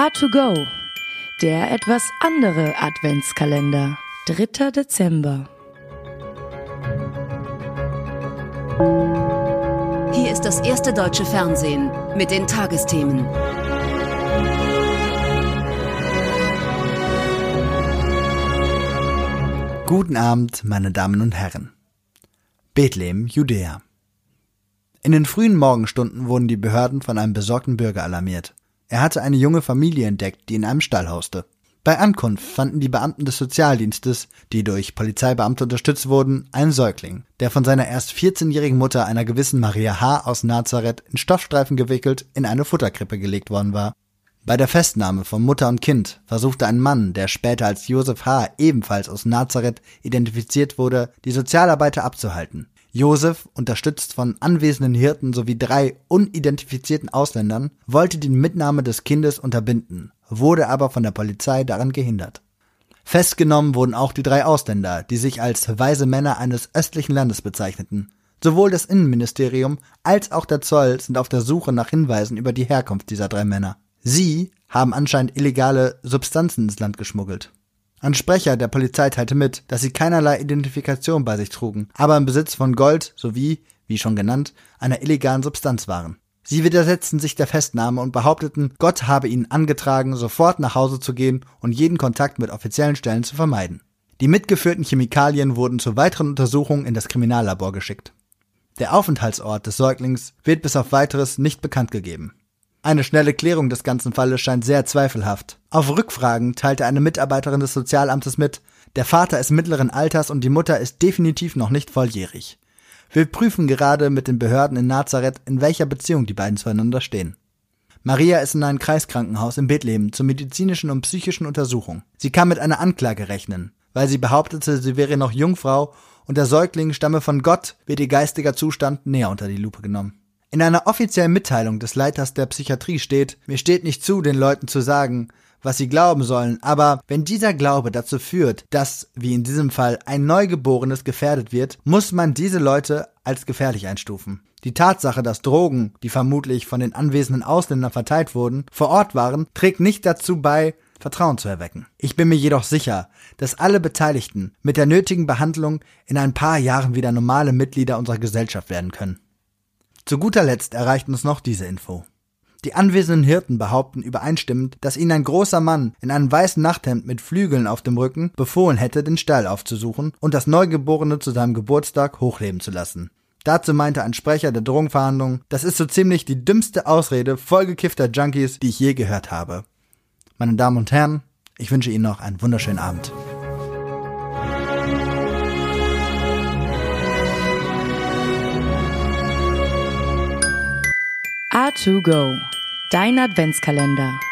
A2Go, der etwas andere Adventskalender. 3. Dezember. Hier ist das erste deutsche Fernsehen mit den Tagesthemen. Guten Abend, meine Damen und Herren. Bethlehem, Judäa. In den frühen Morgenstunden wurden die Behörden von einem besorgten Bürger alarmiert. Er hatte eine junge Familie entdeckt, die in einem Stall hauste. Bei Ankunft fanden die Beamten des Sozialdienstes, die durch Polizeibeamte unterstützt wurden, einen Säugling, der von seiner erst 14-jährigen Mutter, einer gewissen Maria H. aus Nazareth, in Stoffstreifen gewickelt in eine Futterkrippe gelegt worden war. Bei der Festnahme von Mutter und Kind versuchte ein Mann, der später als Josef H., ebenfalls aus Nazareth identifiziert wurde, die Sozialarbeiter abzuhalten. Josef, unterstützt von anwesenden Hirten sowie 3 unidentifizierten Ausländern, wollte die Mitnahme des Kindes unterbinden, wurde aber von der Polizei daran gehindert. Festgenommen wurden auch die 3 Ausländer, die sich als weise Männer eines östlichen Landes bezeichneten. Sowohl das Innenministerium als auch der Zoll sind auf der Suche nach Hinweisen über die Herkunft dieser 3 Männer. Sie haben anscheinend illegale Substanzen ins Land geschmuggelt. Ein Sprecher der Polizei teilte mit, dass sie keinerlei Identifikation bei sich trugen, aber im Besitz von Gold sowie, wie schon genannt, einer illegalen Substanz waren. Sie widersetzten sich der Festnahme und behaupteten, Gott habe ihnen angetragen, sofort nach Hause zu gehen und jeden Kontakt mit offiziellen Stellen zu vermeiden. Die mitgeführten Chemikalien wurden zur weiteren Untersuchung in das Kriminallabor geschickt. Der Aufenthaltsort des Säuglings wird bis auf Weiteres nicht bekannt gegeben. Eine schnelle Klärung des ganzen Falles scheint sehr zweifelhaft. Auf Rückfragen teilte eine Mitarbeiterin des Sozialamtes mit, der Vater ist mittleren Alters und die Mutter ist definitiv noch nicht volljährig. Wir prüfen gerade mit den Behörden in Nazareth, in welcher Beziehung die beiden zueinander stehen. Maria ist in ein Kreiskrankenhaus in Bethlehem zur medizinischen und psychischen Untersuchung. Sie kann mit einer Anklage rechnen, weil sie behauptete, sie wäre noch Jungfrau und der Säugling stamme von Gott, wird ihr geistiger Zustand näher unter die Lupe genommen. In einer offiziellen Mitteilung des Leiters der Psychiatrie steht, mir steht nicht zu, den Leuten zu sagen, was sie glauben sollen, aber wenn dieser Glaube dazu führt, dass, wie in diesem Fall, ein Neugeborenes gefährdet wird, muss man diese Leute als gefährlich einstufen. Die Tatsache, dass Drogen, die vermutlich von den anwesenden Ausländern verteilt wurden, vor Ort waren, trägt nicht dazu bei, Vertrauen zu erwecken. Ich bin mir jedoch sicher, dass alle Beteiligten mit der nötigen Behandlung in ein paar Jahren wieder normale Mitglieder unserer Gesellschaft werden können. Zu guter Letzt erreicht uns noch diese Info. Die anwesenden Hirten behaupten übereinstimmend, dass ihnen ein großer Mann in einem weißen Nachthemd mit Flügeln auf dem Rücken befohlen hätte, den Stall aufzusuchen und das Neugeborene zu seinem Geburtstag hochleben zu lassen. Dazu meinte ein Sprecher der Drogenverhandlung, das ist so ziemlich die dümmste Ausrede vollgekiffter Junkies, die ich je gehört habe. Meine Damen und Herren, ich wünsche Ihnen noch einen wunderschönen Abend. A2Go, dein Adventskalender.